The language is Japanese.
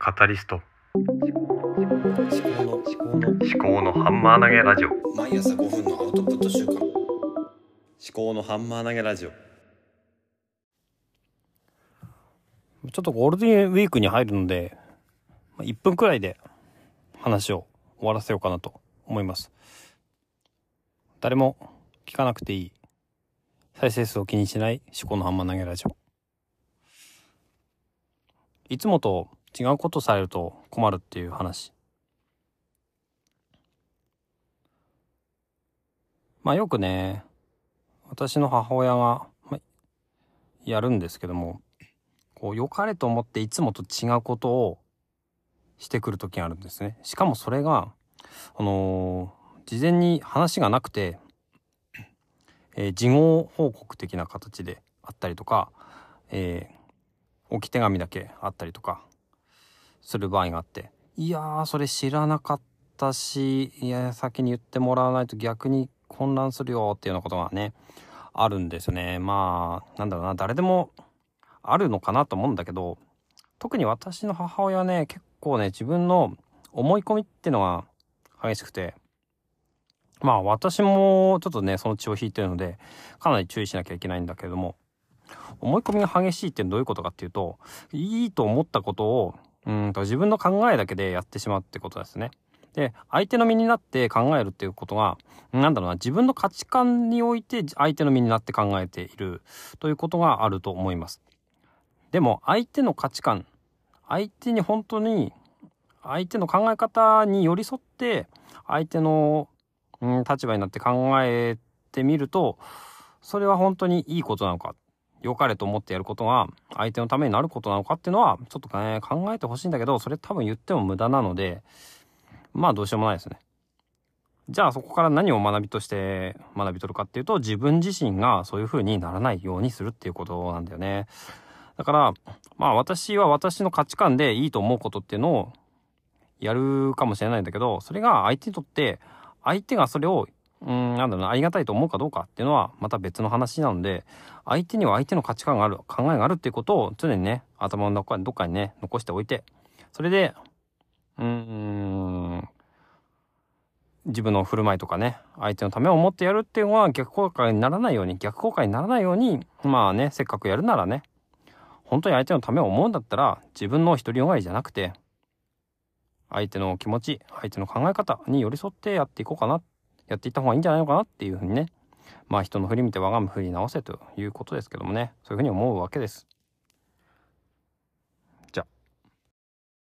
カタリスト思考のハンマー投げラジオ。 毎朝5分のアウトプット週間。思考のハンマー投げラジオ。 ちょっとゴールデンウィークに入るので1分くらいで話を終わらせようかなと思います。誰も聞かなくていい、再生数を気にしない思考のハンマー投げラジオ。いつもと違うことされると困るっていう話。よくね、私の母親が、やるんですけども、良かれと思っていつもと違うことをしてくる時があるんですね。しかもそれが事前に話がなくて、事後報告的な形であったりとか、置き手紙だけあったりとかする場合があって、いやーそれ知らなかったし、いや先に言ってもらわないと逆に混乱するよっていうようなことがねあるんですよね。誰でもあるのかなと思うんだけど、特に私の母親はね、結構ね自分の思い込みっていうのが激しくて、私もちょっとねその血を引いてるのでかなり注意しなきゃいけないんだけれども、思い込みが激しいってどういうことかっていうと、いいと思ったことを自分の考えだけでやってしまうってことですね。で、相手の身になって考えるっていうことが自分の価値観において相手の身になって考えているということがあると思います。でも相手の価値観、相手に本当に相手の考え方に寄り添って相手の立場になって考えてみると、それは本当にいいことなのか、良かれと思ってやることが相手のためになることなのかっていうのはちょっとね考えてほしいんだけど、それ多分言っても無駄なのでどうしようもないですね。じゃあそこから何を学びとして学び取るかっていうと、自分自身がそういう風にならないようにするっていうことなんだよね。だから私は私の価値観でいいと思うことっていうのをやるかもしれないんだけど、それが相手にとって相手がそれをありがたいと思うかどうかっていうのはまた別の話なので、相手には相手の価値観がある、考えがあるっていうことを常にね頭の中にどっかにね残しておいて、それで自分の振る舞いとかね、相手のためを思ってやるっていうのは逆効果にならないようにせっかくやるならね、本当に相手のためを思うんだったら自分の独りよがりじゃなくて相手の気持ち、相手の考え方に寄り添ってやっていこうかな、やっていった方がいいんじゃないのかなっていうふうにね、人の振り見て我が振り直せということですけどもね、そういうふうに思うわけです。